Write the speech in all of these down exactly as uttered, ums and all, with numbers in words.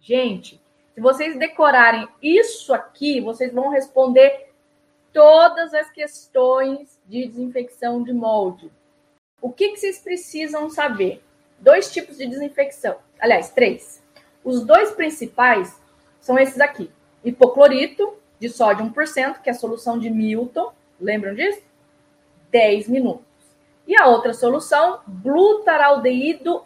Gente, se vocês decorarem isso aqui, vocês vão responder todas as questões de desinfecção de molde. O que, que vocês precisam saber? Dois tipos de desinfecção. Aliás, três. Os dois principais são esses aqui. Hipoclorito de sódio um por cento, que é a solução de Milton. Lembram disso? dez minutos. E a outra solução, glutaraldeído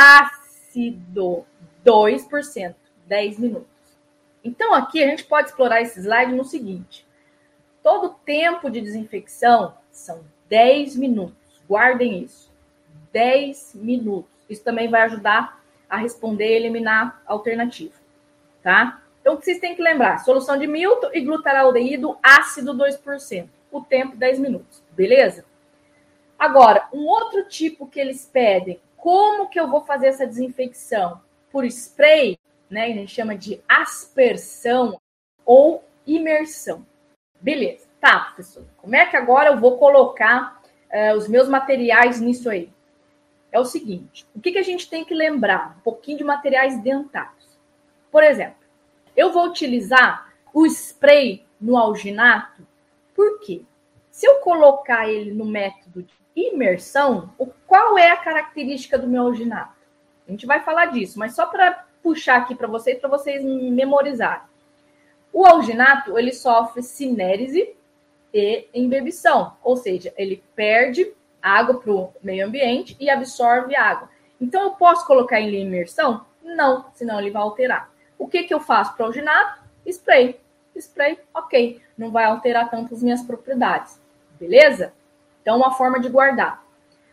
ácido, dois por cento, dez minutos. Então, aqui a gente pode explorar esse slide no seguinte. Todo tempo de desinfecção são dez minutos. Guardem isso. dez minutos. Isso também vai ajudar a responder e eliminar a alternativa. Tá? Então, o que vocês têm que lembrar? Solução de Milton e glutaraldeído ácido dois por cento. O tempo, dez minutos. Beleza? Agora, um outro tipo que eles pedem. Como que eu vou fazer essa desinfecção? Por spray, né? A gente chama de aspersão ou imersão. Beleza. Tá, professor. Como é que agora eu vou colocar uh, os meus materiais nisso aí? É o seguinte. O que, que a gente tem que lembrar? Um pouquinho de materiais dentários. Por exemplo, eu vou utilizar o spray no alginato. Por quê? Se eu colocar ele no método de imersão, qual é a característica do meu alginato? A gente vai falar disso, mas só para puxar aqui para vocês, para vocês memorizarem. O alginato, ele sofre cinérese e embebição, ou seja, ele perde água para o meio ambiente e absorve água. Então, eu posso colocar ele em imersão? Não, senão ele vai alterar. O que, que eu faço para o alginato? Spray. Spray, ok. Não vai alterar tanto as minhas propriedades. Beleza? Então, uma forma de guardar.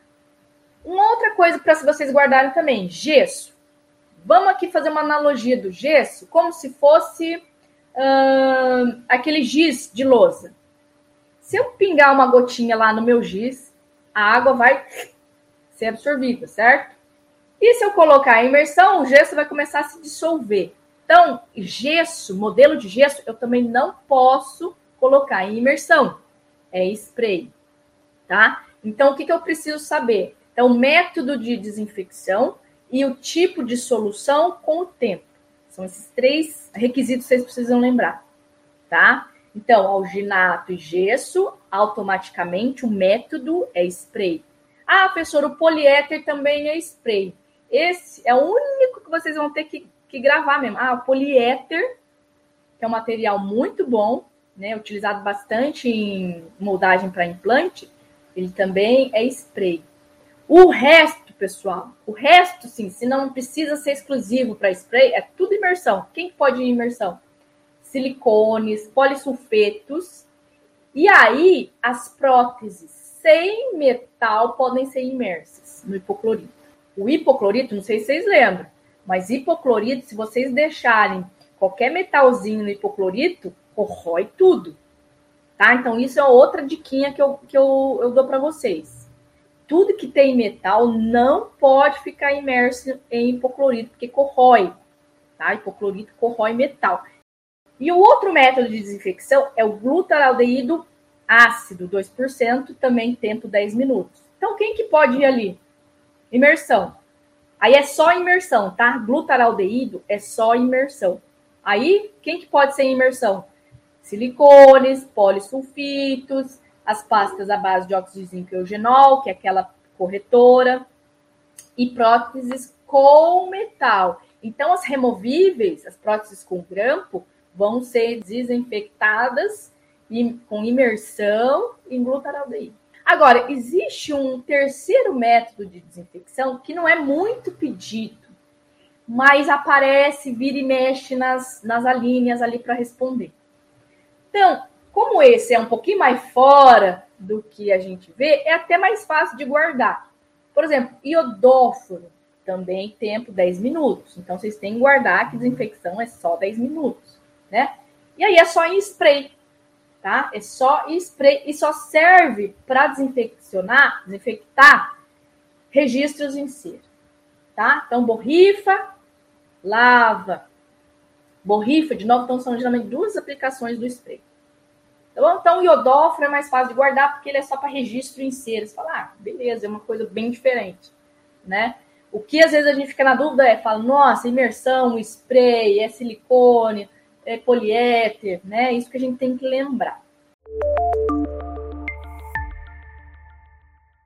Uma outra coisa para vocês guardarem também, gesso. Vamos aqui fazer uma analogia do gesso, como se fosse uh, aquele giz de lousa. Se eu pingar uma gotinha lá no meu giz, a água vai ser absorvida, certo? E se eu colocar em imersão, o gesso vai começar a se dissolver. Então, gesso, modelo de gesso, eu também não posso colocar em imersão. É spray, tá? Então, o que, que eu preciso saber? Então, o método de desinfecção e o tipo de solução com o tempo. São esses três requisitos que vocês precisam lembrar, tá? Então, alginato e gesso, automaticamente o método é spray. Ah, professor, o poliéter também é spray. Esse é o único que vocês vão ter que, que gravar mesmo. Ah, o poliéter, que é um material muito bom, né, utilizado bastante em moldagem para implante, ele também é spray. O resto, pessoal, o resto, sim, se não precisa ser exclusivo para spray, é tudo imersão. Quem pode ir em imersão? Silicones, polissulfetos. E aí, as próteses sem metal podem ser imersas no hipoclorito. O hipoclorito, não sei se vocês lembram, mas hipoclorito, se vocês deixarem qualquer metalzinho no hipoclorito, corrói tudo, tá? Então, isso é outra diquinha que eu, que eu, eu dou para vocês. Tudo que tem metal não pode ficar imerso em hipoclorito, porque corrói, tá? Hipoclorito corrói metal. E o outro método de desinfecção é o glutaraldeído ácido, dois por cento, também tempo dez minutos. Então, quem que pode ir ali? Imersão. Aí é só imersão, tá? Glutaraldeído é só imersão. Aí, quem que pode ser em imersão? Silicones, polissulfitos, as pastas à base de óxido de zinco e eugenol, que é aquela corretora, e próteses com metal. Então, as removíveis, as próteses com grampo, vão ser desinfectadas com imersão em glutaraldeído. Agora, existe um terceiro método de desinfecção que não é muito pedido, mas aparece, vira e mexe nas, nas alíneas ali para responder. Então, como esse é um pouquinho mais fora do que a gente vê, é até mais fácil de guardar. Por exemplo, iodóforo, também tempo dez minutos. Então, vocês têm que guardar que desinfecção é só dez minutos, né? E aí é só em spray, tá? É só em spray e só serve para desinfeccionar, desinfectar registros em cera, tá? Então, borrifa, lava, borrifa, de novo, então são geralmente duas aplicações do spray. Então, então o iodóforo é mais fácil de guardar porque ele é só para registro em cera. Você fala, ah, beleza, é uma coisa bem diferente, né? O que às vezes a gente fica na dúvida é, fala, nossa, imersão, spray, é silicone, é poliéter, né? Isso que a gente tem que lembrar.